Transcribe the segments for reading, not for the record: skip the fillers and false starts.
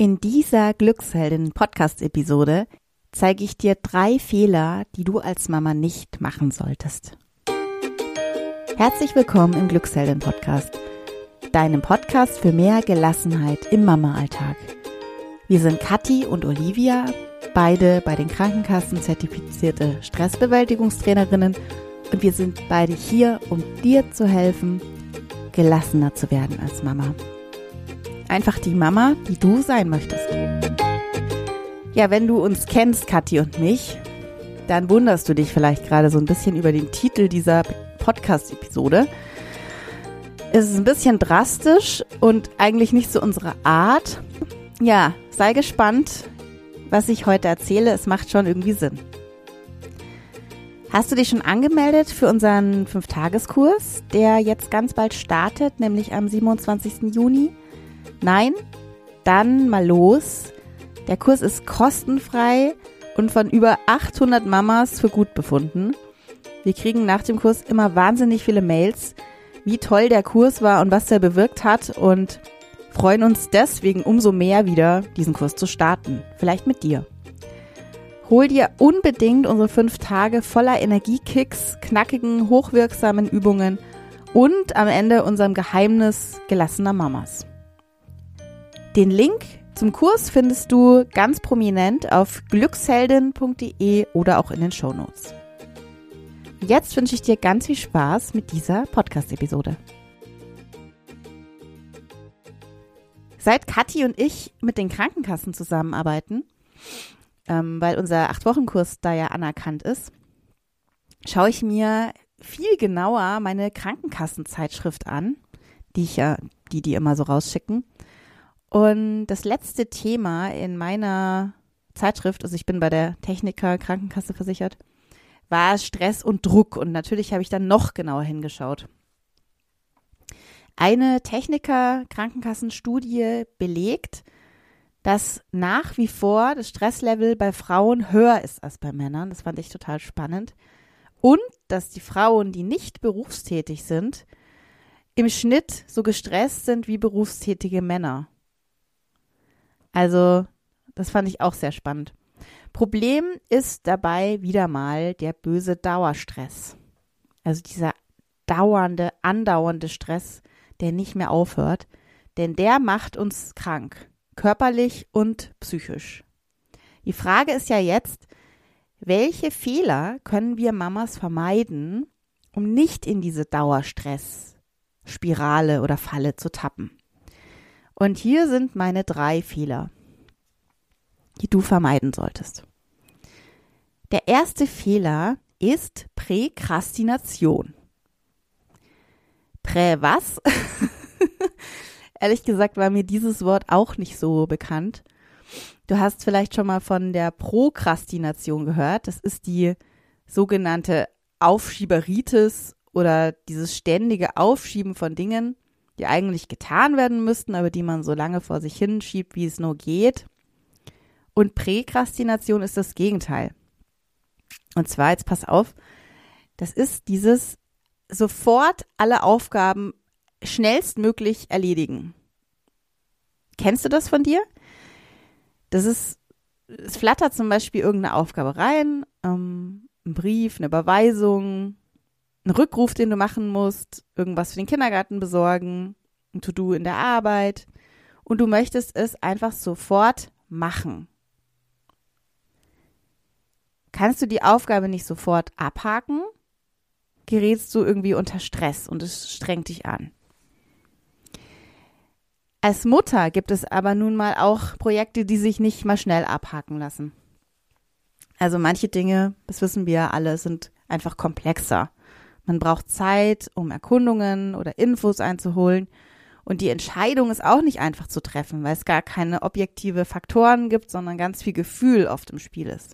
In dieser Glücksheldin-Podcast-Episode zeige ich dir 3 Fehler, die du als Mama nicht machen solltest. Herzlich willkommen im Glücksheldin-Podcast, deinem Podcast für mehr Gelassenheit im Mama-Alltag. Wir sind Kathi und Olivia, beide bei den Krankenkassen zertifizierte Stressbewältigungstrainerinnen und wir sind beide hier, um dir zu helfen, gelassener zu werden als Mama. Einfach die Mama, die du sein möchtest. Ja, wenn du uns kennst, Kathi und mich, dann wunderst du dich vielleicht gerade so ein bisschen über den Titel dieser Podcast-Episode. Es ist ein bisschen drastisch und eigentlich nicht so unsere Art. Ja, sei gespannt, was ich heute erzähle. Es macht schon irgendwie Sinn. Hast du dich schon angemeldet für unseren 5-Tageskurs, der jetzt ganz bald startet, nämlich am 27. Juni? Nein? Dann mal los. Der Kurs ist kostenfrei und von über 800 Mamas für gut befunden. Wir kriegen nach dem Kurs immer wahnsinnig viele Mails, wie toll der Kurs war und was er bewirkt hat und freuen uns deswegen umso mehr wieder, diesen Kurs zu starten. Vielleicht mit dir. Hol dir unbedingt unsere 5 Tage voller Energiekicks, knackigen, hochwirksamen Übungen und am Ende unserem Geheimnis gelassener Mamas. Den Link zum Kurs findest du ganz prominent auf glücksheldin.de oder auch in den Shownotes. Jetzt wünsche ich dir ganz viel Spaß mit dieser Podcast-Episode. Seit Kathi und ich mit den Krankenkassen zusammenarbeiten, weil unser 8-Wochen-Kurs da ja anerkannt ist, schaue ich mir viel genauer meine Krankenkassenzeitschrift an, die immer so rausschicken. Und das letzte Thema in meiner Zeitschrift, also ich bin bei der Techniker Krankenkasse versichert, war Stress und Druck. Und natürlich habe ich dann noch genauer hingeschaut. Eine Techniker Krankenkassenstudie belegt, dass nach wie vor das Stresslevel bei Frauen höher ist als bei Männern. Das fand ich total spannend. Und dass die Frauen, die nicht berufstätig sind, im Schnitt so gestresst sind wie berufstätige Männer. Also, das fand ich auch sehr spannend. Problem ist dabei wieder mal der böse Dauerstress. Also dieser andauernde Stress, der nicht mehr aufhört, denn der macht uns krank, körperlich und psychisch. Die Frage ist ja jetzt, welche Fehler können wir Mamas vermeiden, um nicht in diese Dauerstress-Spirale oder Falle zu tappen? Und hier sind meine 3 Fehler, die du vermeiden solltest. Der erste Fehler ist Präkrastination. Was? Ehrlich gesagt war mir dieses Wort auch nicht so bekannt. Du hast vielleicht schon mal von der Prokrastination gehört. Das ist die sogenannte Aufschieberitis oder dieses ständige Aufschieben von Dingen, die eigentlich getan werden müssten, aber die man so lange vor sich hinschiebt, wie es nur geht. Und Präkrastination ist das Gegenteil. Und zwar, jetzt pass auf, das ist dieses sofort alle Aufgaben schnellstmöglich erledigen. Kennst du das von dir? Es flattert zum Beispiel irgendeine Aufgabe rein, ein Brief, eine Überweisung, ein Rückruf, den du machen musst, irgendwas für den Kindergarten besorgen, ein To-Do in der Arbeit und du möchtest es einfach sofort machen. Kannst du die Aufgabe nicht sofort abhaken, gerätst du irgendwie unter Stress und es strengt dich an. Als Mutter gibt es aber nun mal auch Projekte, die sich nicht mal schnell abhaken lassen. Also manche Dinge, das wissen wir ja alle, sind einfach komplexer. Man braucht Zeit, um Erkundungen oder Infos einzuholen. Und die Entscheidung ist auch nicht einfach zu treffen, weil es gar keine objektive Faktoren gibt, sondern ganz viel Gefühl oft im Spiel ist.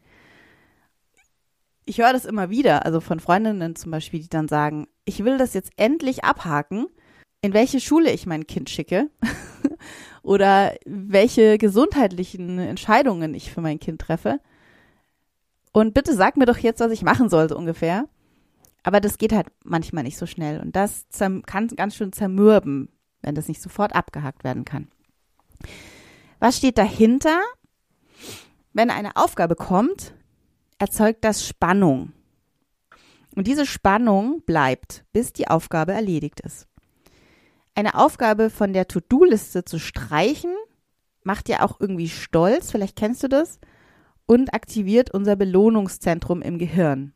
Ich höre das immer wieder, also von Freundinnen zum Beispiel, die dann sagen, ich will das jetzt endlich abhaken, in welche Schule ich mein Kind schicke oder welche gesundheitlichen Entscheidungen ich für mein Kind treffe. Und bitte sag mir doch jetzt, was ich machen sollte ungefähr. Aber das geht halt manchmal nicht so schnell und das kann ganz schön zermürben, wenn das nicht sofort abgehakt werden kann. Was steht dahinter? Wenn eine Aufgabe kommt, erzeugt das Spannung. Und diese Spannung bleibt, bis die Aufgabe erledigt ist. Eine Aufgabe von der To-Do-Liste zu streichen, macht ja auch irgendwie stolz, vielleicht kennst du das, und aktiviert unser Belohnungszentrum im Gehirn.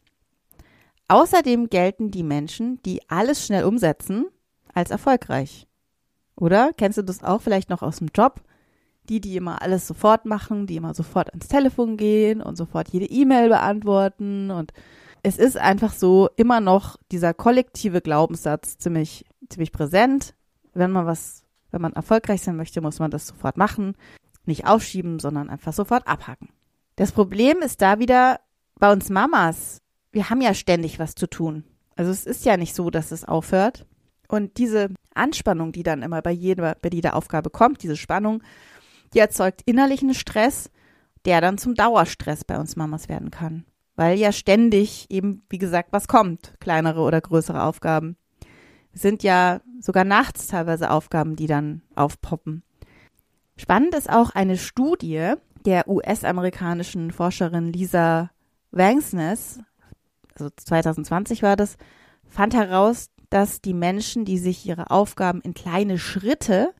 Außerdem gelten die Menschen, die alles schnell umsetzen, als erfolgreich. Oder? Kennst du das auch vielleicht noch aus dem Job? Die immer alles sofort machen, die immer sofort ans Telefon gehen und sofort jede E-Mail beantworten. Und es ist einfach so immer noch dieser kollektive Glaubenssatz ziemlich präsent. Wenn man erfolgreich sein möchte, muss man das sofort machen. Nicht aufschieben, sondern einfach sofort abhaken. Das Problem ist da wieder bei uns Mamas. Wir haben ja ständig was zu tun. Also es ist ja nicht so, dass es aufhört. Und diese Anspannung, die dann immer bei jeder Aufgabe kommt, diese Spannung, die erzeugt innerlichen Stress, der dann zum Dauerstress bei uns Mamas werden kann. Weil ja ständig eben, wie gesagt, was kommt, kleinere oder größere Aufgaben. Es sind ja sogar nachts teilweise Aufgaben, die dann aufpoppen. Spannend ist auch eine Studie der US-amerikanischen Forscherin Lisa Vangsness, also 2020 war das, fand heraus, dass die Menschen, die sich ihre Aufgaben in kleine Schritte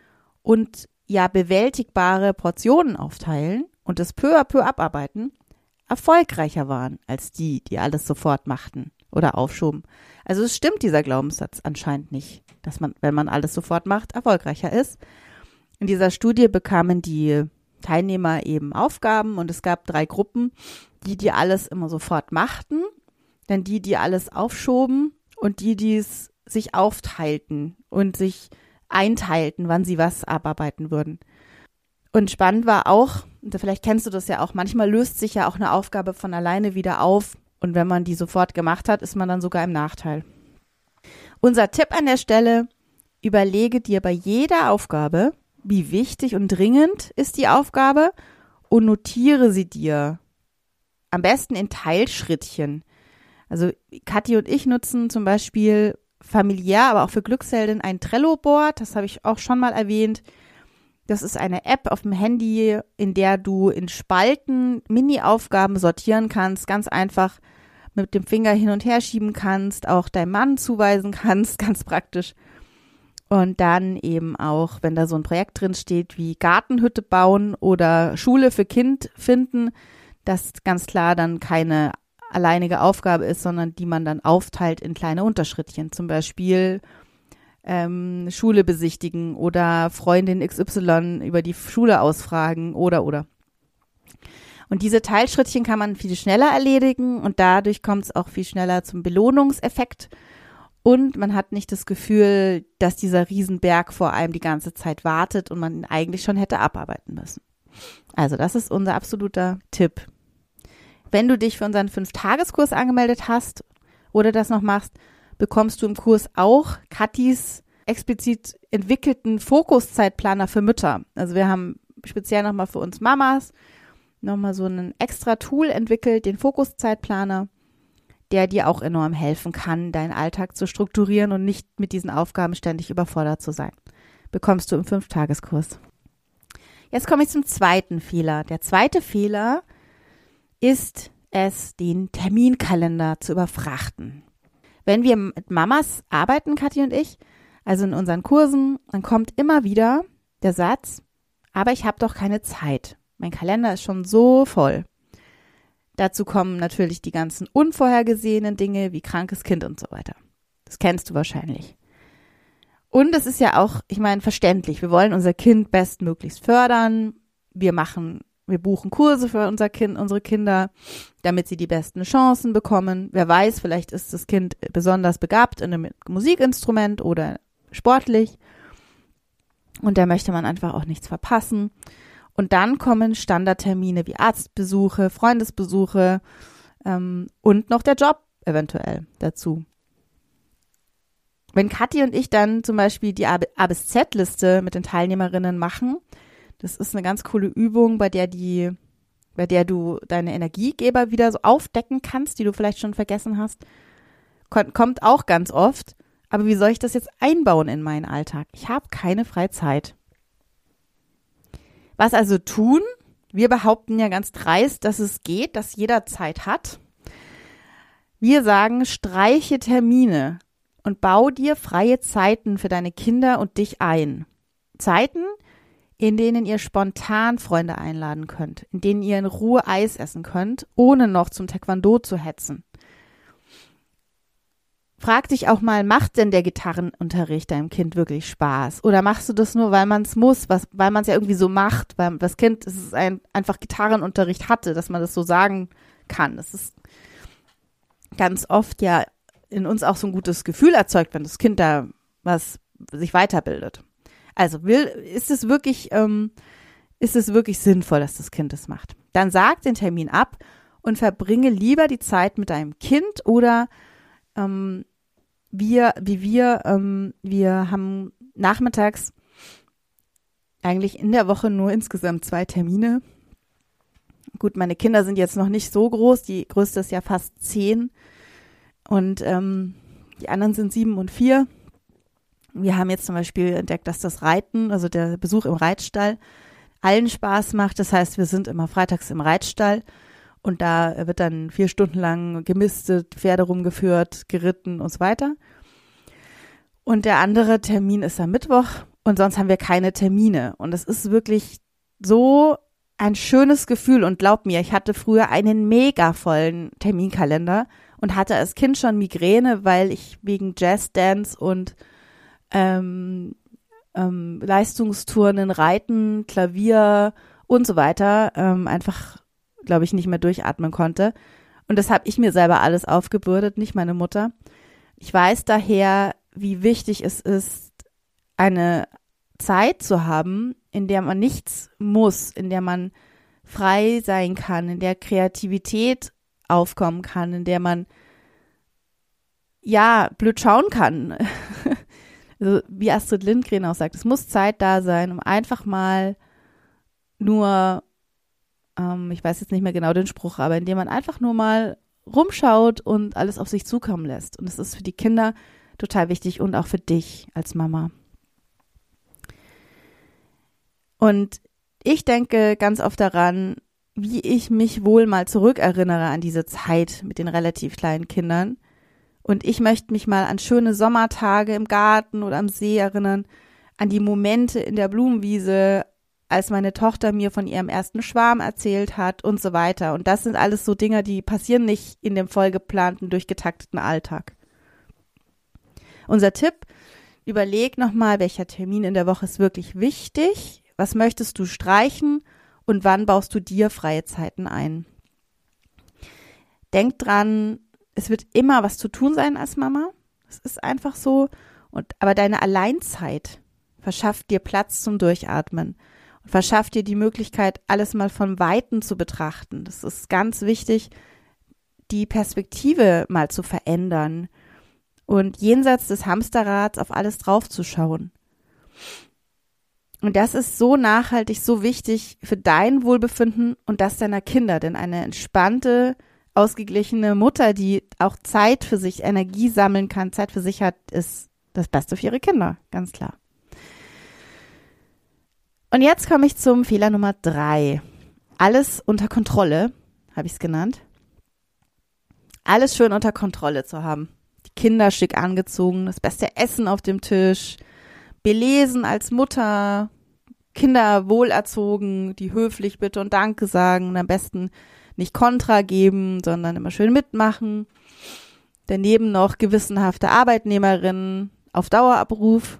und ja bewältigbare Portionen aufteilen und es peu à peu abarbeiten, erfolgreicher waren als die alles sofort machten oder aufschoben. Also es stimmt dieser Glaubenssatz anscheinend nicht, dass man, wenn man alles sofort macht, erfolgreicher ist. In dieser Studie bekamen die Teilnehmer eben Aufgaben und es gab 3 Gruppen, die alles immer sofort machten, dann die alles aufschoben und die es sich aufteilten und sich einteilten, wann sie was abarbeiten würden. Und spannend war auch, und vielleicht kennst du das ja auch, manchmal löst sich ja auch eine Aufgabe von alleine wieder auf und wenn man die sofort gemacht hat, ist man dann sogar im Nachteil. Unser Tipp an der Stelle, überlege dir bei jeder Aufgabe, wie wichtig und dringend ist die Aufgabe und notiere sie dir. Am besten in Teilschrittchen. Also Kathi und ich nutzen zum Beispiel familiär, aber auch für Glücksheldin ein Trello-Board. Das habe ich auch schon mal erwähnt. Das ist eine App auf dem Handy, in der du in Spalten Mini-Aufgaben sortieren kannst, ganz einfach mit dem Finger hin und her schieben kannst, auch deinem Mann zuweisen kannst, ganz praktisch. Und dann eben auch, wenn da so ein Projekt drin steht, wie Gartenhütte bauen oder Schule für Kind finden, das ganz klar dann keine alleinige Aufgabe ist, sondern die man dann aufteilt in kleine Unterschrittchen. Zum Beispiel Schule besichtigen oder Freundin XY über die Schule ausfragen oder. Und diese Teilschrittchen kann man viel schneller erledigen und dadurch kommt es auch viel schneller zum Belohnungseffekt. Und man hat nicht das Gefühl, dass dieser Riesenberg vor einem die ganze Zeit wartet und man ihn eigentlich schon hätte abarbeiten müssen. Also das ist unser absoluter Tipp. Wenn du dich für unseren 5-Tageskurs angemeldet hast oder das noch machst, bekommst du im Kurs auch Kathis explizit entwickelten Fokuszeitplaner für Mütter. Also wir haben speziell nochmal für uns Mamas nochmal so ein extra Tool entwickelt, den Fokuszeitplaner, der dir auch enorm helfen kann, deinen Alltag zu strukturieren und nicht mit diesen Aufgaben ständig überfordert zu sein. Bekommst du im 5-Tageskurs. Jetzt komme ich zum zweiten Fehler. Der zweite Fehler ist es, den Terminkalender zu überfrachten. Wenn wir mit Mamas arbeiten, Kathi und ich, also in unseren Kursen, dann kommt immer wieder der Satz, aber ich habe doch keine Zeit. Mein Kalender ist schon so voll. Dazu kommen natürlich die ganzen unvorhergesehenen Dinge wie krankes Kind und so weiter. Das kennst du wahrscheinlich. Und es ist ja auch, ich meine, verständlich. Wir wollen unser Kind bestmöglichst fördern. Wir buchen Kurse für unser Kind, unsere Kinder, damit sie die besten Chancen bekommen. Wer weiß, vielleicht ist das Kind besonders begabt in einem Musikinstrument oder sportlich. Und da möchte man einfach auch nichts verpassen. Und dann kommen Standardtermine wie Arztbesuche, Freundesbesuche und noch der Job eventuell dazu. Wenn Kathi und ich dann zum Beispiel die A bis Z-Liste mit den Teilnehmerinnen machen, das ist eine ganz coole Übung, bei der du deine Energiegeber wieder so aufdecken kannst, die du vielleicht schon vergessen hast. Kommt auch ganz oft. Aber wie soll ich das jetzt einbauen in meinen Alltag? Ich habe keine freie Zeit. Was also tun? Wir behaupten ja ganz dreist, dass es geht, dass jeder Zeit hat. Wir sagen, streiche Termine und bau dir freie Zeiten für deine Kinder und dich ein. Zeiten, in denen ihr spontan Freunde einladen könnt, in denen ihr in Ruhe Eis essen könnt, ohne noch zum Taekwondo zu hetzen. Frag dich auch mal, macht denn der Gitarrenunterricht deinem Kind wirklich Spaß? Oder machst du das nur, weil man es muss, weil man es ja irgendwie so macht, weil das Kind einfach Gitarrenunterricht hatte, dass man das so sagen kann. Das ist ganz oft ja in uns auch so ein gutes Gefühl erzeugt, wenn das Kind da was sich weiterbildet. Also ist es wirklich sinnvoll, dass das Kind das macht? Dann sag den Termin ab und verbringe lieber die Zeit mit deinem Kind oder wir haben nachmittags eigentlich in der Woche nur insgesamt 2 Termine. Gut, meine Kinder sind jetzt noch nicht so groß, die größte ist ja fast 10 und die anderen sind 7 und 4. Wir haben jetzt zum Beispiel entdeckt, dass das Reiten, also der Besuch im Reitstall, allen Spaß macht. Das heißt, wir sind immer freitags im Reitstall. Und da wird dann 4 Stunden lang gemistet, Pferde rumgeführt, geritten und so weiter. Und der andere Termin ist am Mittwoch und sonst haben wir keine Termine. Und es ist wirklich so ein schönes Gefühl. Und glaub mir, ich hatte früher einen mega vollen Terminkalender und hatte als Kind schon Migräne, weil ich wegen Jazzdance und Leistungsturnen, Reiten, Klavier und so weiter einfach glaube ich, nicht mehr durchatmen konnte. Und das habe ich mir selber alles aufgebürdet, nicht meine Mutter. Ich weiß daher, wie wichtig es ist, eine Zeit zu haben, in der man nichts muss, in der man frei sein kann, in der Kreativität aufkommen kann, in der man ja blöd schauen kann. Also, wie Astrid Lindgren auch sagt, es muss Zeit da sein, um einfach mal nur ich weiß jetzt nicht mehr genau den Spruch, aber indem man einfach nur mal rumschaut und alles auf sich zukommen lässt. Und das ist für die Kinder total wichtig und auch für dich als Mama. Und ich denke ganz oft daran, wie ich mich wohl mal zurückerinnere an diese Zeit mit den relativ kleinen Kindern. Und ich möchte mich mal an schöne Sommertage im Garten oder am See erinnern, an die Momente in der Blumenwiese, als meine Tochter mir von ihrem ersten Schwarm erzählt hat und so weiter. Und das sind alles so Dinge, die passieren nicht in dem vollgeplanten, durchgetakteten Alltag. Unser Tipp, überleg nochmal, welcher Termin in der Woche ist wirklich wichtig, was möchtest du streichen und wann baust du dir freie Zeiten ein. Denk dran, es wird immer was zu tun sein als Mama. Es ist einfach so. Aber deine Alleinzeit verschafft dir Platz zum Durchatmen. Verschafft dir die Möglichkeit, alles mal von Weitem zu betrachten. Das ist ganz wichtig, die Perspektive mal zu verändern und jenseits des Hamsterrads auf alles draufzuschauen. Und das ist so nachhaltig, so wichtig für dein Wohlbefinden und das deiner Kinder. Denn eine entspannte, ausgeglichene Mutter, die auch Zeit für sich, Energie sammeln kann, Zeit für sich hat, ist das Beste für ihre Kinder, ganz klar. Und jetzt komme ich zum Fehler Nummer 3. Alles unter Kontrolle, habe ich es genannt. Alles schön unter Kontrolle zu haben. Die Kinder schick angezogen, das beste Essen auf dem Tisch, belesen als Mutter, Kinder wohlerzogen, die höflich Bitte und Danke sagen und am besten nicht Kontra geben, sondern immer schön mitmachen. Daneben noch gewissenhafte Arbeitnehmerinnen auf Dauerabruf.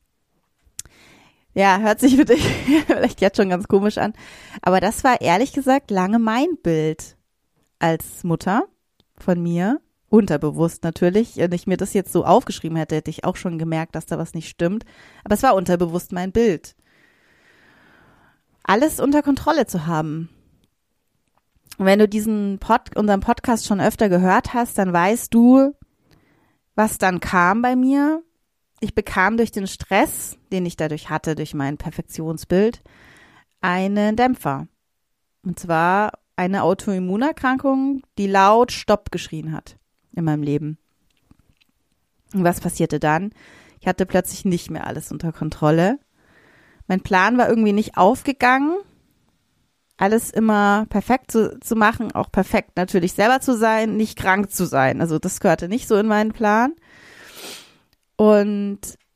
Ja, hört sich für dich vielleicht jetzt schon ganz komisch an. Aber das war ehrlich gesagt lange mein Bild als Mutter von mir. Unterbewusst natürlich. Wenn ich mir das jetzt so aufgeschrieben hätte, hätte ich auch schon gemerkt, dass da was nicht stimmt. Aber es war unterbewusst mein Bild. Alles unter Kontrolle zu haben. Und wenn du unseren Podcast schon öfter gehört hast, dann weißt du, was dann kam bei mir. Ich bekam durch den Stress, den ich dadurch hatte, durch mein Perfektionsbild, einen Dämpfer. Und zwar eine Autoimmunerkrankung, die laut Stopp geschrien hat in meinem Leben. Und was passierte dann? Ich hatte plötzlich nicht mehr alles unter Kontrolle. Mein Plan war irgendwie nicht aufgegangen, alles immer perfekt zu machen, auch perfekt natürlich selber zu sein, nicht krank zu sein. Also das gehörte nicht so in meinen Plan. Und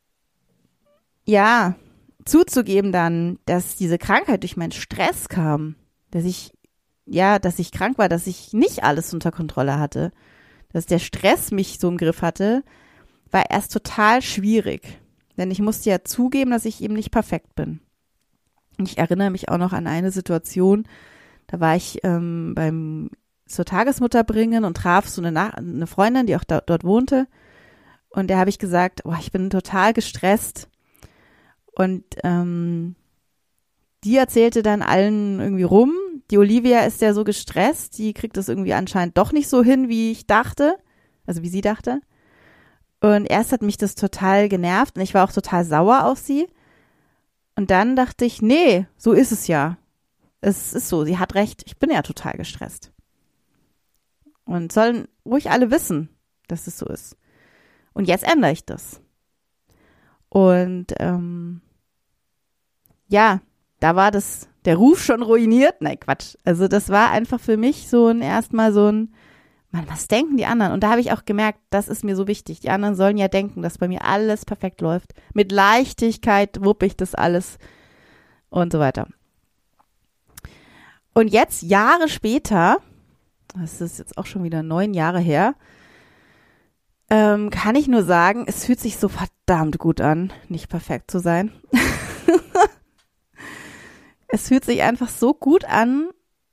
ja, zuzugeben dann, dass diese Krankheit durch meinen Stress kam, dass ich krank war, dass ich nicht alles unter Kontrolle hatte, dass der Stress mich so im Griff hatte, war erst total schwierig. Denn ich musste ja zugeben, dass ich eben nicht perfekt bin. Ich erinnere mich auch noch an eine Situation, da war ich zur Tagesmutter bringen und traf so eine Freundin, die auch dort wohnte. Und der habe ich gesagt, ich bin total gestresst. Und die erzählte dann allen irgendwie rum, die Olivia ist ja so gestresst, die kriegt das irgendwie anscheinend doch nicht so hin, wie ich dachte, also wie sie dachte. Und erst hat mich das total genervt und ich war auch total sauer auf sie. Und dann dachte ich, nee, so ist es ja. Es ist so, sie hat recht, ich bin ja total gestresst. Und sollen ruhig alle wissen, dass es so ist. Und jetzt ändere ich das. Und da war der Ruf schon ruiniert. Nein, Quatsch. Also das war einfach für mich erstmal so ein, Mann, was denken die anderen? Und da habe ich auch gemerkt, das ist mir so wichtig. Die anderen sollen ja denken, dass bei mir alles perfekt läuft. Mit Leichtigkeit wuppe ich das alles und so weiter. Und jetzt, Jahre später, das ist jetzt auch schon wieder 9 Jahre her, kann ich nur sagen, es fühlt sich so verdammt gut an, nicht perfekt zu sein. Es fühlt sich einfach so gut an,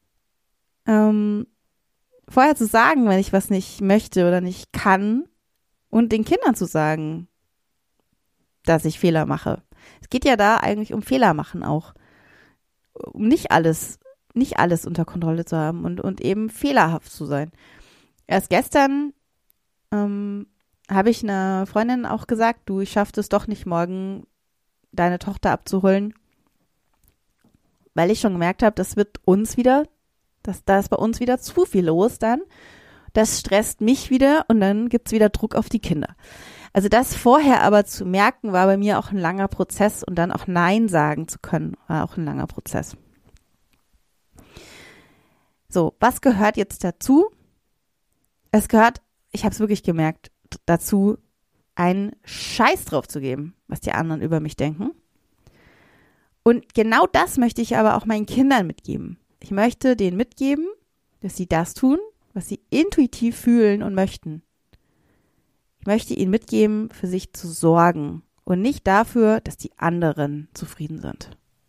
vorher zu sagen, wenn ich was nicht möchte oder nicht kann und den Kindern zu sagen, dass ich Fehler mache. Es geht ja da eigentlich um Fehler machen auch, um nicht alles unter Kontrolle zu haben und eben fehlerhaft zu sein. Erst gestern habe ich einer Freundin auch gesagt, du, ich schaffe es doch nicht morgen, deine Tochter abzuholen, weil ich schon gemerkt habe, da ist bei uns wieder zu viel los dann. Das stresst mich wieder und dann gibt's wieder Druck auf die Kinder. Also das vorher aber zu merken, war bei mir auch ein langer Prozess und dann auch Nein sagen zu können, war auch ein langer Prozess. So, was gehört jetzt dazu? Es gehört, ich habe es wirklich gemerkt, dazu, einen Scheiß drauf zu geben, was die anderen über mich denken. Und genau das möchte ich aber auch meinen Kindern mitgeben. Ich möchte denen mitgeben, dass sie das tun, was sie intuitiv fühlen und möchten. Ich möchte ihnen mitgeben, für sich zu sorgen und nicht dafür, dass die anderen zufrieden sind.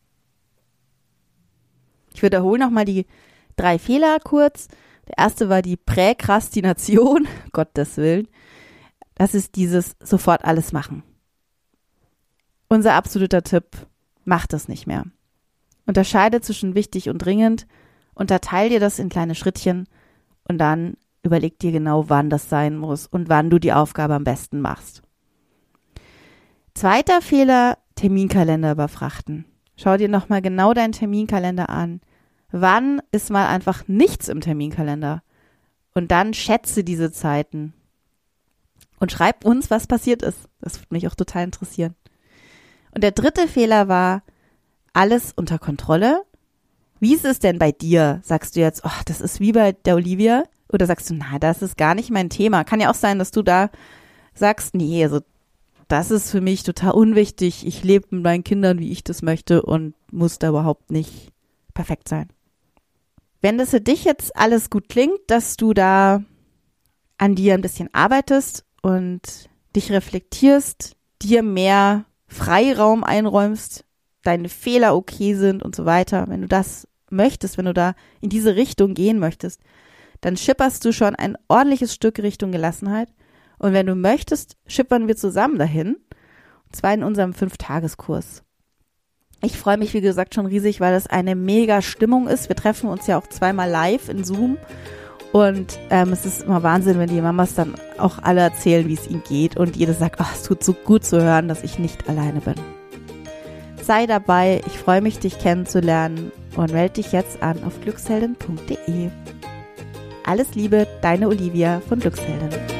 Ich wiederhole nochmal die 3 Fehler kurz. Der erste war die Präkrastination, Gottes Willen. Das ist dieses sofort alles machen. Unser absoluter Tipp: Mach das nicht mehr. Unterscheide zwischen wichtig und dringend, unterteil dir das in kleine Schrittchen und dann überleg dir genau, wann das sein muss und wann du die Aufgabe am besten machst. Zweiter Fehler: Terminkalender überfrachten. Schau dir nochmal genau deinen Terminkalender an. Wann ist mal einfach nichts im Terminkalender? Und dann schätze diese Zeiten. Und schreib uns, was passiert ist. Das würde mich auch total interessieren. Und der dritte Fehler war, alles unter Kontrolle. Wie ist es denn bei dir? Sagst du jetzt, das ist wie bei der Olivia? Oder sagst du, das ist gar nicht mein Thema? Kann ja auch sein, dass du da sagst, nee, also das ist für mich total unwichtig. Ich lebe mit meinen Kindern, wie ich das möchte und muss da überhaupt nicht perfekt sein. Wenn das für dich jetzt alles gut klingt, dass du da an dir ein bisschen arbeitest und dich reflektierst, dir mehr Freiraum einräumst, deine Fehler okay sind und so weiter, wenn du das möchtest, wenn du da in diese Richtung gehen möchtest, dann schipperst du schon ein ordentliches Stück Richtung Gelassenheit. Und wenn du möchtest, schippern wir zusammen dahin, und zwar in unserem 5-Tageskurs. Ich freue mich, wie gesagt, schon riesig, weil das eine mega Stimmung ist. Wir treffen uns ja auch 2-mal live in Zoom und es ist immer Wahnsinn, wenn die Mamas dann auch alle erzählen, wie es ihnen geht und jede sagt, es tut so gut zu hören, dass ich nicht alleine bin. Sei dabei, ich freue mich, dich kennenzulernen und melde dich jetzt an auf glücksheldin.de. Alles Liebe, deine Olivia von Glücksheldin.